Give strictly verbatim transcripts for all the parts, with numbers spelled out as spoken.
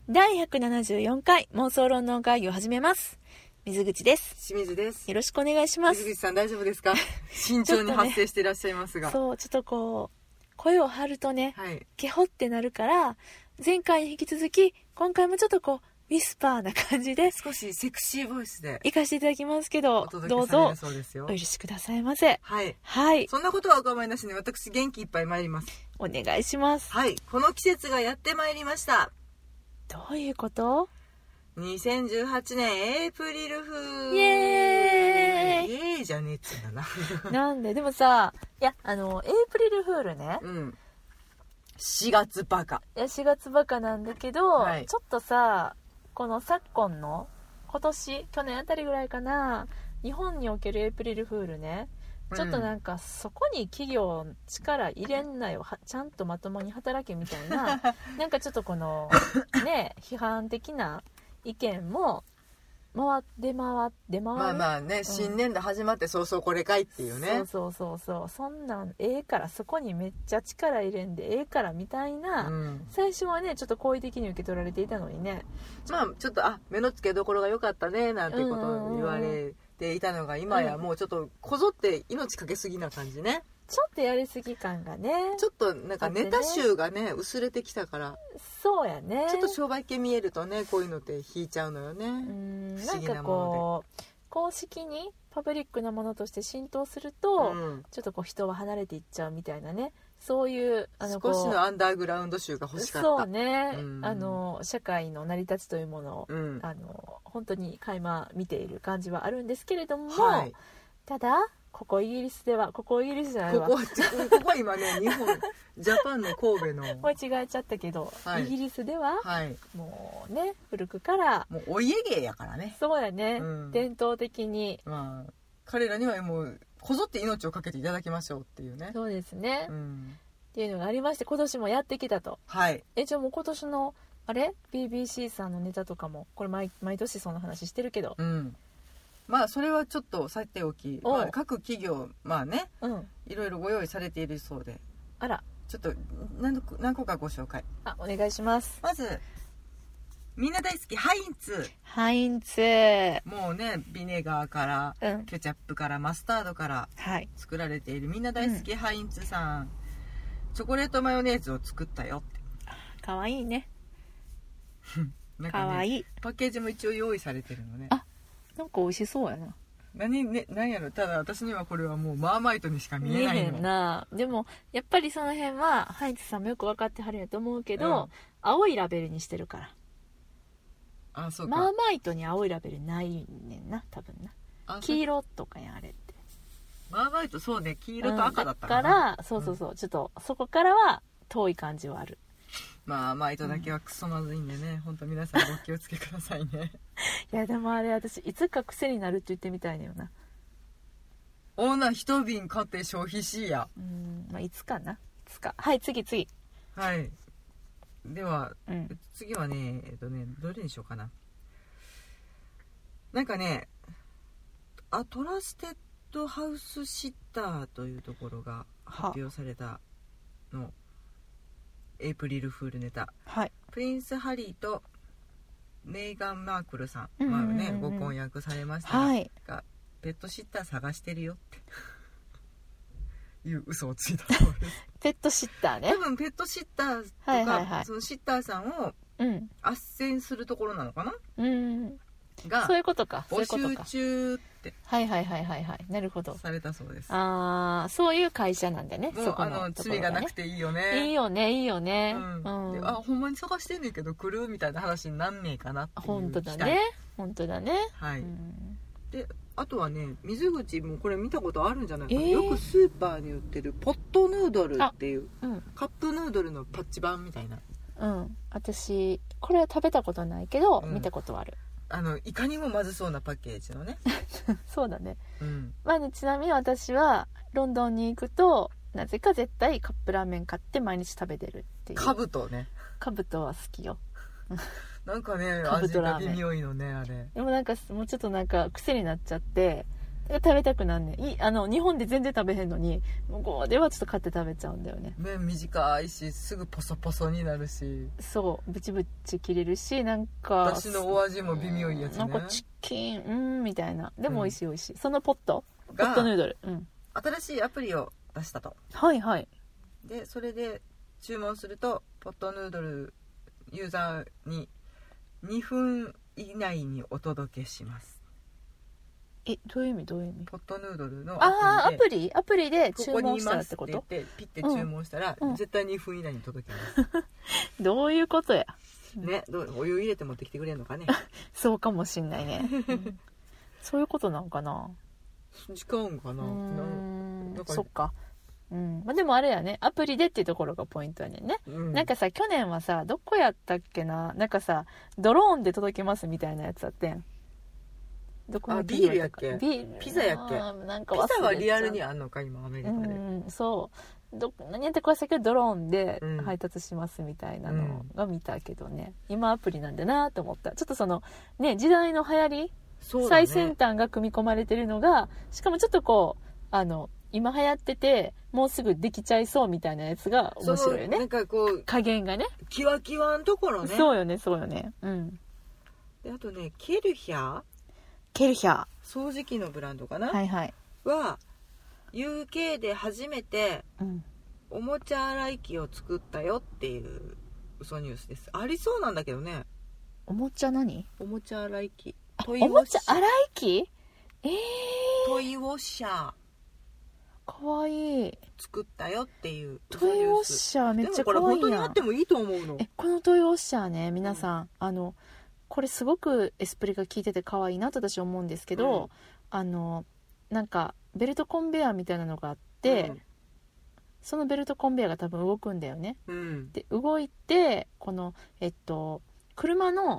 だいひゃくななじゅうよんかい妄想論論会議を始めます。水口です。 清水です。 よろしくお願いします。 水口さん大丈夫ですか？慎重に発生していらっしゃいますが、 ね、そうちょっとこう声を張るとね、 はい、 ケホってなるから、前回に引き続き今回もちょっとこうウィスパーな感じで少しセクシーボイスで行かせていただきますけど、 お届けされるそうですよ。 どうぞお許しくださいませ。 はい、 はい、 そんなことはお構いなしに私元気いっぱい参ります。 お願いします。 はい、この季節がやってまいりました。 どういうこと？ にせんじゅうはちねんエイプリルフール。 イエーイ。 イエーイじゃねえっつうんだな。 なんででもさ、いやあのエイプリルフールね、 うん、しがつバカ。 いやしがつバカなんだけど、はい、ちょっとさ、この昨今の今年去年あたりぐらいかな、日本におけるエイプリルフールね、ちょっとなんかそこに企業力入れんなよ、ちゃんとまともに働けみたいななんかちょっとこのね批判的な意見も回って回って回る。 まあまあね、うん、新年度始まってそうそうこれかいっていうね。 そうそうそうそう、そんなんええからそこにめっちゃ力入れんでええからみたいな、うん、最初はねちょっと好意的に受け取られていたのにね、 まあちょっとあ目の付けどころが良かったねなんてことを言われていたのが、今やもうちょっとこぞって命かけすぎな感じね。 ちょっとやりすぎ感がね、 ちょっとなんかネタ集が ね, ね薄れてきたから、 そうやね、 ちょっと商売系見えるとねこういうのって引いちゃうのよね。うーん、不思議なもので、なんかこう公式にパブリックなものとして浸透すると、うん、ちょっとこう人は離れていっちゃうみたいなね、そういうあの少しのアンダーグラウンド集が欲しかった。 そうね、うん、あの社会の成り立ちというものを、うん、あの本当に垣間見ている感じはあるんですけれども、はい、ただここイギリスでは、ここイギリスじゃないわ、 ここここ今ね日本ジャパンの神戸の間違えちゃったけど、はい、イギリスでは、はい、もうね古くからもうお家芸やからね。 そうやね、うん、伝統的に、 まあ、彼らにはもうこぞって命をかけていただきましょうっていうね。 そうですね、うん、っていうのがありまして、今年もやってきたと。 はい。 えじゃあもう今年のあれ ビービーシー さんのネタとかもこれ 毎, 毎年その話してるけど、 うん、まあそれはちょっとさておき、まあ、各企業まあね、うん、いろいろご用意されているそうで、 あらちょっと 何, 何個かご紹介。 あ、お願いします。 まずみんな大好きハインツ。 ハインツもうねビネガーから、うん、ケチャップからマスタードから作られているみんな大好きハインツさん、うん、チョコレートマヨネーズを作ったよって。 かわいいねなんかね、 かわいい。 パッケージも一応用意されてるのね。 あ、なんか美味しそうやな。 何、ね、何やろ。ただ私にはこれはもうマーマイトにしか見えないの。 見えへんな。でもやっぱりその辺はハインツさんもよく分かってはるんやと思うけど、うん、青いラベルにしてるから。 あ、そうか。 マーマイトに青いラベルないねんな、多分な。黄色とかやあれって。 マーマイトそうね、黄色と赤だったかな、 うん、だからそうそうそう、うん、ちょっとそこからは遠い感じはある。 まあマイトだけはクソまずいんでね、うん、本当皆さんご気をつけくださいね。 いやでもあれ私いつか癖になるって言ってみたいのよな。 女一瓶買って消費しや。 うん、まあいつかな。いつか。はい、次次。 はい。では、うん、次はねえっとねどれにしようかな。なんかねあトラステッドハウスシッターというところが発表されたの。エイプリルフールネタ、はい、プリンスハリーとメーガン・マークルさん、うんうんうん、まあね、ご婚約されましたが、はい、がペットシッター探してるよっていう嘘をついたそうです。 ペットシッターね。 多分ペットシッターとか、はいはいはい、そのシッターさんを斡旋するところなのかな、うん、がそういうことか、 募集中ってはいはいはいはいはい、なるほどされたそうです。 ああ、そういう会社なんだね。 もうそこの、ね、あの罪がなくていいよね。 いいよねいいよね、 うんうん、であほんまに探してんねんけど来るみたいな話になんねえかなっていう。 本当だね本当だね。 はい、うん、であとはね水口もこれ見たことあるんじゃないかな、えー、よくスーパーに売ってるポットヌードルっていう、うん、カップヌードルのパッチ版みたいな。 うん、私これは食べたことないけど、うん、見たことはある。 あのいかにもまずそうなパッケージのねそうだね、うんまあね、ちなみに私はロンドンに行くとなぜか絶対カップラーメン買って毎日食べてるっていう。 カブトね。 カブトは好きよなんかね味が微妙いのねあれ。 でもなんかもうちょっとなんか癖になっちゃって食べたくなんねん。いあの日本で全然食べへんのに向こうではちょっと買って食べちゃうんだよね。 麺短いしすぐポソポソになるし、 そうブチブチ切れるし、なんか私のお味も微妙いやつね。 なんかチキンうんみたいな、でも美味しい美味しい、うん、そのポットポットヌードル、うん、 新しいアプリを出したと。 はいはい。 でそれで注文するとポットヌードルユーザーににふん以内にお届けします。 えどういう意味どういう意味？ ポットヌードルのアプリで、あアプリアプリで注文したらってこと？ ここにいますって言ってピッて注文したら、うん、絶対にふん以内に届きます。 どういうことやね、どうお湯入れて持ってきてくれるのかね。 そうかもしんないね、うん、そういうことなんかな。 違うんかな。うーんなんかそっか、うんまあ、でもあれやね、アプリでっていうところがポイントやねんね、うん、なんかさ去年はさどこやったっけな、なんかさドローンで届けますみたいなやつあってん。 どこのビールやっけピザやっけ。なんかピザはリアルにあんのか今アメリカで。 うんそうど何やってくださいけどドローンで配達しますみたいなのが見たけどね、うん、今アプリなんだなと思った。ちょっとそのね時代の流行り、ね、最先端が組み込まれてるのが、しかもちょっとこうあの今流行っててもうすぐできちゃいそうみたいなやつが面白いよね。 なんかこう加減がねキワキワのところね。 そうよねそうよね。うんであとねケルヒャーケルヒャー掃除機のブランドかな、 はいはい、 は ユーケー で初めておもちゃ洗い機を作ったよっていう嘘ニュースです。ありそうなんだけどね。 おもちゃ何？ おもちゃ洗い機。 トイウォッシャー。おもちゃ洗い機？えー、 トイウォッシャーかわいい作ったよっていうトイウォッシャーめっちゃかわいいやん。 でもこれ本当にあってもいいと思うの。 えこのトイウォッシャーね皆さん、うん、あのこれすごくエスプリが効いてて可愛いなと私思うんですけど、うん、あのなんかベルトコンベヤーみたいなのがあって、うん、そのベルトコンベヤーが多分動くんだよね、うん、で動いてこのえっと車の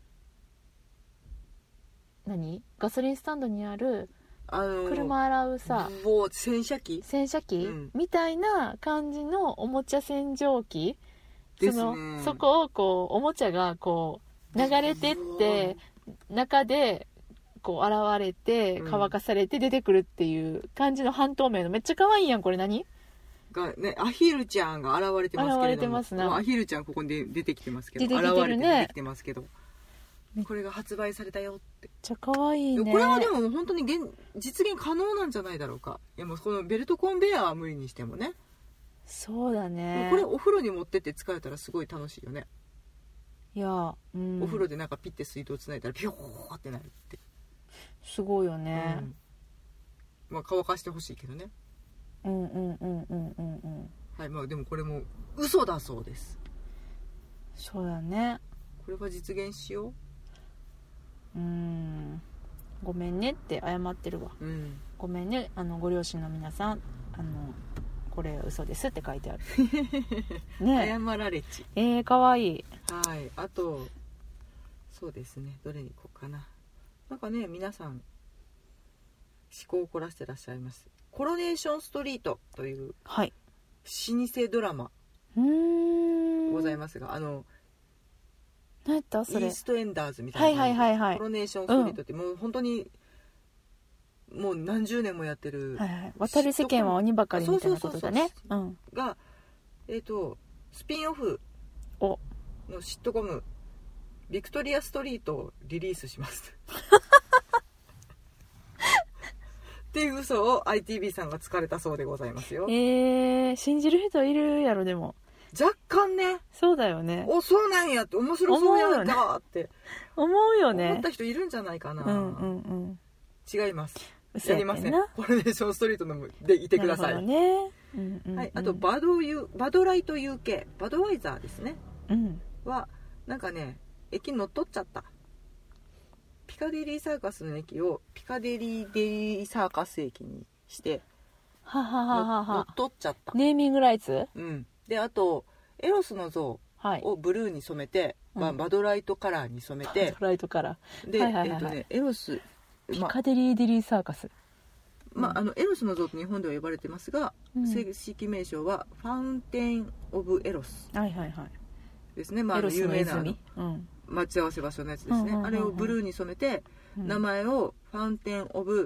何ガソリンスタンドにあるあのー、車洗うさもう洗車機洗車機、うん、みたいな感じのおもちゃ洗浄機ですね。 そのそこをこうおもちゃがこう流れてって中でこう現れて乾かされて出てくるっていう感じの半透明のめっちゃ可愛いやん。これ何がね、アヒルちゃんが現れてますけれども、 現れてますな。 アヒルちゃんここに出てきてますけど、 出てきてるね、 現れて出てきてますけど、これが発売されたよって。 めっちゃ可愛いね。 これはでも本当に現実現可能なんじゃないだろうか。いやもうこのベルトコンベヤーは無理にしてもね。 そうだね。 これお風呂に持ってって使えたらすごい楽しいよね。 いや、うん、 お風呂でなんかピッて水道つないだらピョーってなるってすごいよね、 うん、まあ乾かしてほしいけどね。 うんうんうんうんうんうんはい。まあでもこれも嘘だそうです。 そうだね。 これは実現しよう。うーんごめんねって謝ってるわ、うん、ごめんねあのご両親の皆さん、あのこれ嘘ですって書いてあるね。謝られち。 えー、かわいい。 はい。あとそうですね、どれに行こうかな。なんかね皆さん思考を凝らしてらっしゃいます。コロネーションストリートという、はい、老舗ドラマございますが、あの何やったそれ、 イーストエンダーズみたいな、はいはいはいはい、コロネーションストリートって、うん、もう本当にもう何十年もやってる、 はいはい、渡る世間は鬼ばかりみたいなことだね。 が、えーと、スピンオフのシットコムビクトリアストリートをリリースしますっていう嘘を アイティービー さんがつかれたそうでございますよ。 えー、信じる人いるやろ。でも若干ね。 そうだよね。 おそうなんやって面白そうやんかって思うよね。 思った人いるんじゃないかな、 うんうんうん、 違います。やりません。コロネーションストリートのでいてください。 なるほどね。うんうんうん、 はい、あとバドユバドライト ユーケー バドワイザーですね、 うん、 はなんかね駅乗っ取っちゃった。ピカデリーサーカスの駅をピカデリーデリーサーカス駅にしてははははは乗っ取っちゃった。 ネーミングライツ、 うん、であとエロスの像をブルーに染めて、はい、まあ、バドライトカラーに染めて、 バドライトカラーで、はいはいはいはい、えーとね、エロスピカデリーデリーサーカス、 まあ、あのエロスの像と日本では呼ばれてますが、うん、正式名称はファウンテン・オブ・エロスですね、まあ、あの有名な、うん、待ち合わせ場所のやつですね、うんうんうんうん、あれをブルーに染めて、うん、名前をファウンテン・オブ・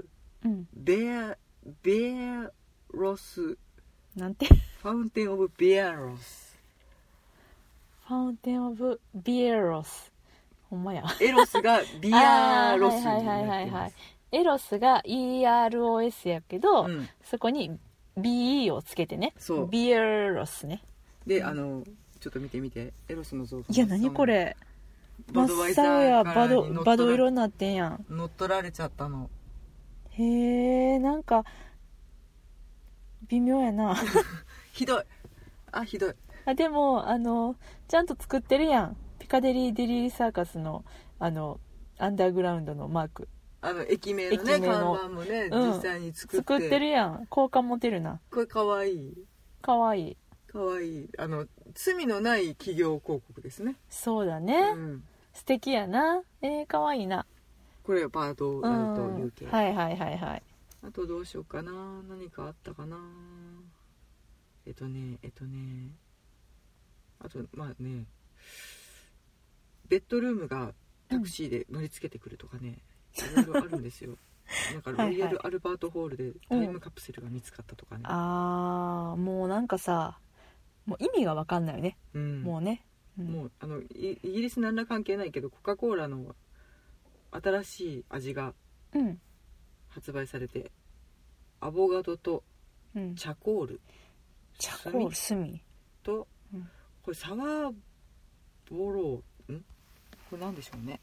うん、 ベアベアロスなんてファウンテンオブベアロスファウンテンオブビエロスほんまやエロスがビアロスになってます。 はいはいはいはいはい。エロスが イーアールオーエス やけど、 うん、 そこに ビーイー をつけてね。 そう。 ビエロスね。 で、あのちょっと見てみて、エロスの像が。 いや何これ。真っ青やバドバド色になってんやん。 乗っ取られちゃったの。 へえ、なんか微妙やな。 ひどい。あ、ひどい。 あでもあのちゃんと作ってるやん。ピカデリーデリーサーカスのあのアンダーグラウンドのマーク。 あの駅名のね、看板もね、うん、実際に作って作ってるやん。好感持てるな。 これかわいい。 かわいい。 かわいい。あの罪のない企業広告ですね。 そうだね。うん、素敵やな。えー、かわいいな。 これパートナイト ユーケー、 うん、はいはいはいはい。 あとどうしようかな。何かあったかな。えっとねえっとねあとまあね、ベッドルームがタクシーで乗りつけてくるとかね、うん、いろいろあるんですよ。なんかロイヤルアルバートホールでタイムカプセルが見つかったとかね、うん、 あーもうなんかさ、もう意味が分かんないよね、うん、もうね、 うん、もうあのイギリスなんら関係ないけどコカ・コーラの新しい味が発売されて、うん、アボカドとチャコール、うん、 チャコール炭と、うん、これサワーボローんこれなんでしょうね、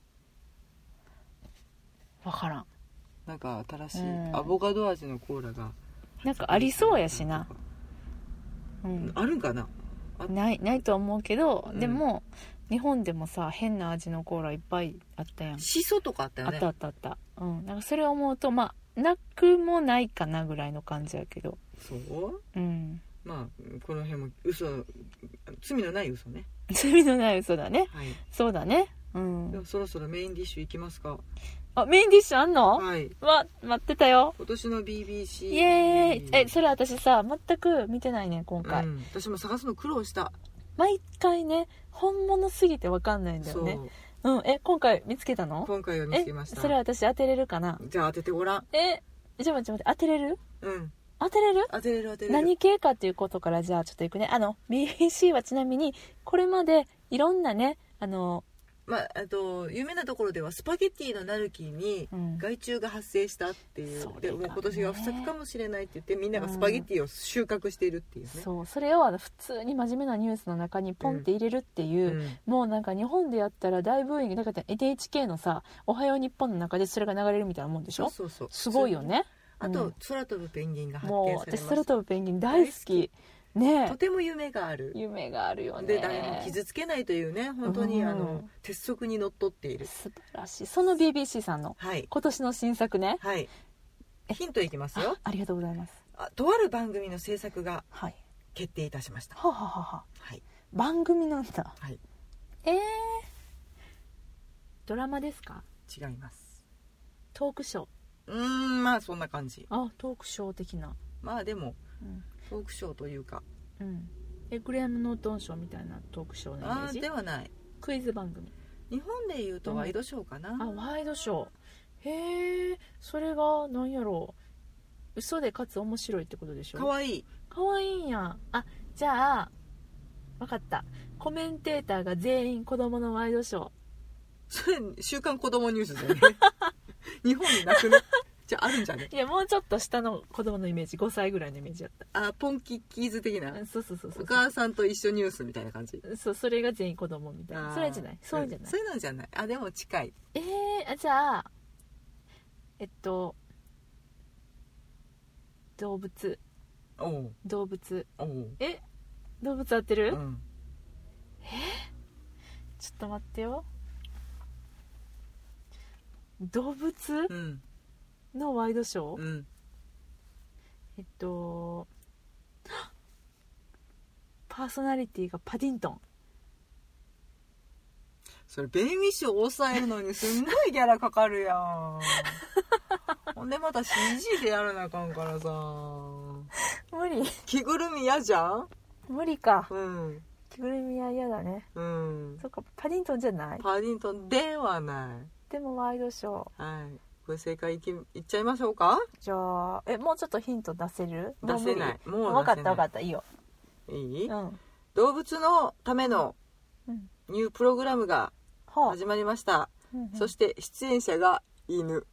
分からん。 なんか新しいアボカド味のコーラがなんかありそうやしな、 うん、あるんかな。 ないないと思うけど、うん、でも日本でもさ変な味のコーラいっぱいあったやん。 シソとかあったよね。 あったあったあった、うん、なんかそれを思うとまあなくもないかなぐらいの感じやけど。 そう、 うん、 まあこの辺も嘘、罪のない嘘ね。 罪のない嘘だね、 はい、 そうだね、うん、 でもそろそろメインディッシュいきますか。 あ、メインディッシュあんの？ はい。 わ、待ってたよ。 今年の ビービーシー。 イエーイ。え、それ私さ、全く見てないね、今回。うん、 私も探すの苦労した。 毎回ね、本物すぎて分かんないんだよね。そう。うん、え、今回見つけたの？ 今回は見つけました。 それ私当てれるかな？ じゃあ当ててごらん。 え、じゃあ待って待って、当てれる？ うん。 当てれる？ 当てれる当てれる。 何系かっていうことからじゃあちょっといくね。あの、ビービーシー はちなみに、これまでいろんなね、あの、 まあ、あと有名なところではスパゲッティのナルキに害虫が発生したっていう、うん、でもう今年は不作かもしれないって言ってみんながスパゲッティを収穫しているっていうね、 うん、そうそれをあの普通に真面目なニュースの中にポンって入れるっていう、うん、もうなんか日本でやったら大ブーイングだから エヌエイチケー のさおはよう日本の中でそれが流れるみたいなもんでしょ。 そうそうそう、 すごいよね。 あと、うん、空飛ぶペンギンが発見されました。 もう私空飛ぶペンギン大好きね、 とても夢がある夢があるよね。 で誰も傷つけないというね本当に、うん、あの鉄則にのっとっている。 素晴らしい。その ビービーシー さんの、はい、今年の新作ね、 はい、ヒントいきますよ。 あ, ありがとうございます。 あとある番組の制作が決定いたしました。 はははは、 はい、 番組なんだ、 はい、 えー、ドラマですか？ 違います。 トークショー。 うーんまあそんな感じ。 あ、トークショー的な。 まあでも、うん、トークショーというか、 うん、えグレアム・ノートンショーみたいなトークショーのイメージ？ あではない。 クイズ番組。 日本でいうとワイドショーかな、うん、 あワイドショー。へえ、それが何やろう、嘘でかつ面白いってことでしょ。 かわいいかわいいんや。あじゃあ分かった。コメンテーターが全員子供のワイドショー。 それ週刊子供ニュースだよね日本になくねじゃああるんじゃね。 いやもうちょっと下の子供のイメージ、ごさいぐらいのイメージだった。 あポンキッキーズ的な。 そうそうそうそう、 お母さんと一緒ニュースみたいな感じ。 そう、それが全員子供みたいな。それじゃない、そういうんじゃない、 そういうのじゃない。あでも近い。 えー、あじゃあえっと動物。 おう動物。 おうえ動物合ってる？ うん、 えちょっと待ってよ。動物、 うん、 のワイドショー、 うん、 えっとパーソナリティがパディントン。 それ弁理士を抑えるのにすんごいギャラかかるやんほんでまた シージー でやらなあかんからさ無理。 着ぐるみ嫌じゃん。 無理か、 うん、 着ぐるみは嫌だね。 うん、 そっかパディントンじゃない。 パディントンではない。 でもワイドショー、はい、 これ正解いきいっちゃいましょうか。 じゃあえもうちょっとヒント出せる？ 出せない。 もう分かった分かった、いいよ。 いい、 うん、 動物のためのニュープログラムが始まりました、うんうん、そして出演者が犬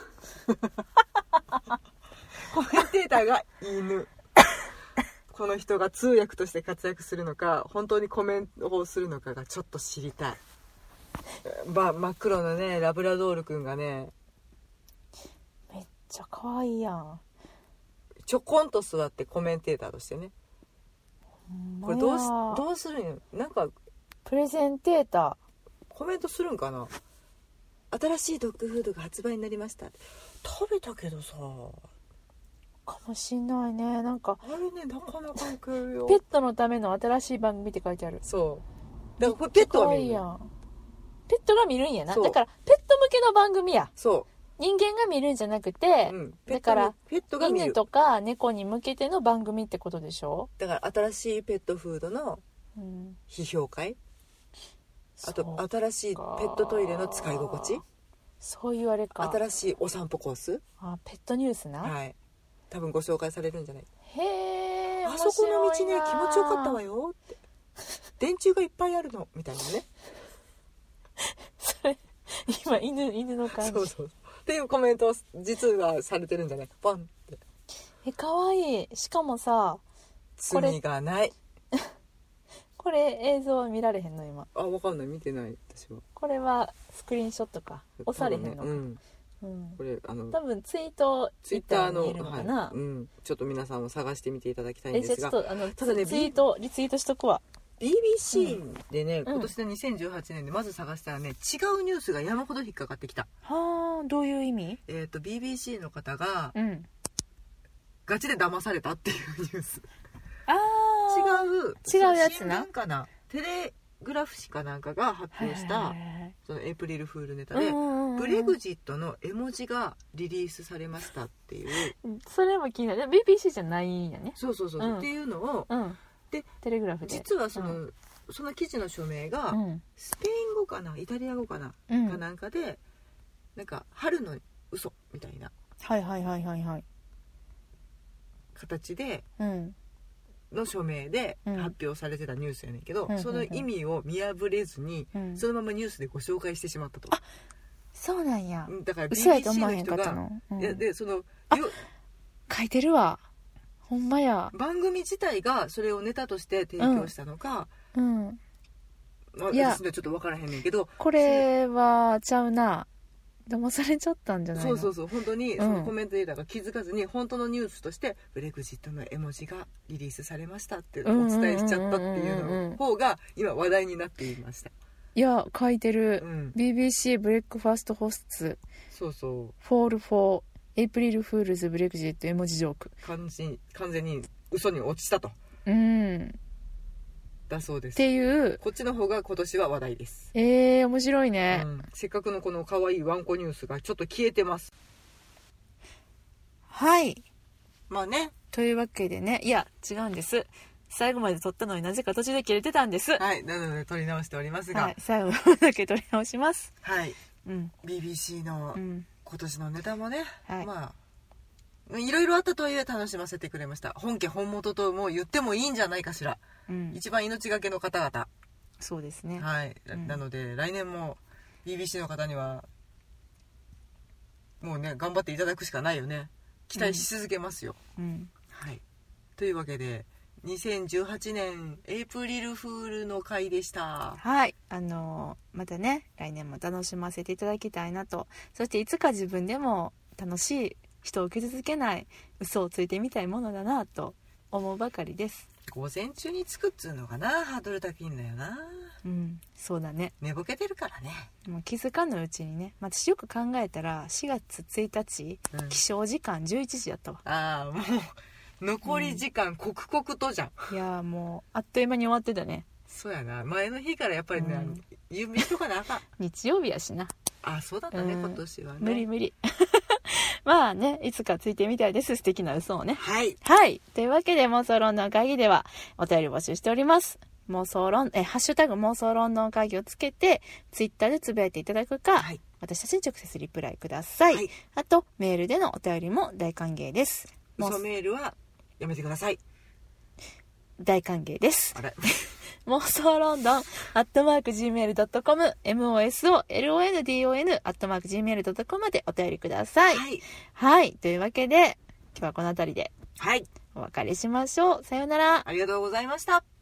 コメンテーターが犬この人が通訳として活躍するのか本当にコメントをするのかがちょっと知りたい。ま、真っ黒のねラブラドールくんがねめっちゃ可愛いやん。 ちょこんと座ってコメンテーターとしてね。これどうしどうするんよ。なんかプレゼンテーターコメントするんかな。新しいドッグフードが発売になりました。食べたけどさかもしんないね。なんかあれねなかなかいけるよ。 ペットのための新しい番組って書いてある。 そうだからこれペットが見るやん。 ペットが見るんやな。だからペット向けの番組や。 そう人間が見るんじゃなくて、うん、だからペットが見る。 犬とか猫に向けての番組ってことでしょ。 だから新しいペットフードの批評会、うん、あと新しいペットトイレの使い心地、 そういうあれか。 新しいお散歩コース、 あペットニュースな。 はい多分ご紹介されるんじゃない。 へーあそこの道ね気持ちよかったわよって電柱がいっぱいあるのみたいなねそれ今犬犬の感じそうそうっていうコメントを実はされてるんじゃない。パンってえかわいい。しかもさ罪がないこれ映像は見られへんの今。 あ分かんない見てない私は。 これはスクリーンショットか押されへんのか、ねうんうん、 これあの多分ツイートツイッターのいるのかな、 はいうん、ちょっと皆さんも探してみていただきたいんですが、えじゃあちょっとあのただねツイートリツイートしとくわ。 ビービーシー でね、うん、今年のにせんじゅうはちねんでまず探したらね違うニュースが山ほど引っかかってきた。 はあどういう意味？ えっ、ー、と ビービーシー の方が、 うん、 ガチで騙されたっていうニュース。 あ違う違うやつな。 新聞かなテレグラフ紙かなんかが発表した、はいはいはいはい、そのエイプリルフールネタで、うんうんうん、ブレグジットの絵文字がリリースされましたっていう。 それも気になる。 ビービーシー じゃないんやね。 そうそうそう、うん、っていうのを、うん、でテレグラフで実はその、うん、その記事の署名が、うん、スペイン語かなイタリア語かな、うん、かなんかでなんか春の嘘みたいなはいはいはいはいはい形で、 うんの署名で発表されてたニュースやねんけど、うん、その意味を見破れずに、うん、そのままニュースでご紹介してしまったと。 あそうなんや。 だから ビービーシー の人がの、うん、いやでその書いてるわほんまや。 番組自体がそれをネタとして提供したのか、 うんうんまあ、いや私にはちょっと分からへんねんけどこれはちゃうな騙されちゃったんじゃないの。 そうそうそう本当にそのコメントデータが気づかずに、うん、本当のニュースとしてブレグジットの絵文字がリリースされましたってお伝えしちゃったっていうの方が今話題になっていました。 いや書いてる、うん、ビービーシー ブレックファストホスツそうそうフォールフォーエイプリルフールズブレグジット絵文字ジョーク完全完全に嘘に落ちたとうんだそうです。 っていうこっちの方が今年は話題です。 えー面白いね、 うん、せっかくのこの可愛いワンコニュースがちょっと消えてます。 はいまあねというわけでねいや違うんです。最後まで撮ったのになぜか途中で切れてたんです。 はいなので撮り直しておりますが、はい、 最後だけ撮り直します。 はい、うん、ビービーシー の今年のネタもね、うん、まあいろいろあったとはいえ楽しませてくれました。本家本元とも言ってもいいんじゃないかしら、うん、一番命がけの方々 そうですね、 はい、うん、なので来年も ビービーシー の方にはもうね頑張っていただくしかないよね。期待し続けますよ、 うん、 はい、というわけでにせんじゅうはちねんエイプリルフールの回でした。 はいあのー、またね来年も楽しませていただきたいなと。そしていつか自分でも楽しい人を傷つけない嘘をついてみたいものだなと思うばかりです。 午前中につくっつうのがなハードル高いんだよな。 うんそうだね寝ぼけてるからね。 もう気づかぬうちにね、まあ、私よく考えたらしがつついたち、うん、起床時間じゅういちじやったわ。 ああもう残り時間、うん、刻々とじゃん。 いやもうあっという間に終わってたね。 そうやな前の日からやっぱりね、うん、郵便とかなあかん日曜日やしな。 あそうだったね、うん、今年はね無理無理まあねいつかついてみたいです。素敵な嘘をね。 はいはいというわけで妄想論の会議ではお便り募集しております。 妄想論えハッシュタグ妄想ロンドン会議をつけてツイッターでつぶやいていただくか、はい、私たちに直接リプライください、はい、あとメールでのお便りも大歓迎です。 嘘メールはやめてください。 大歓迎です。 あれ妄想ロンドンアットマーク ジーメールドットコム モソロンドン アットマーク ジーメールドットコム でお便りください。はい、はい、というわけで今日はこの辺りでお別れしましょう。さようなら。 ありがとうございました。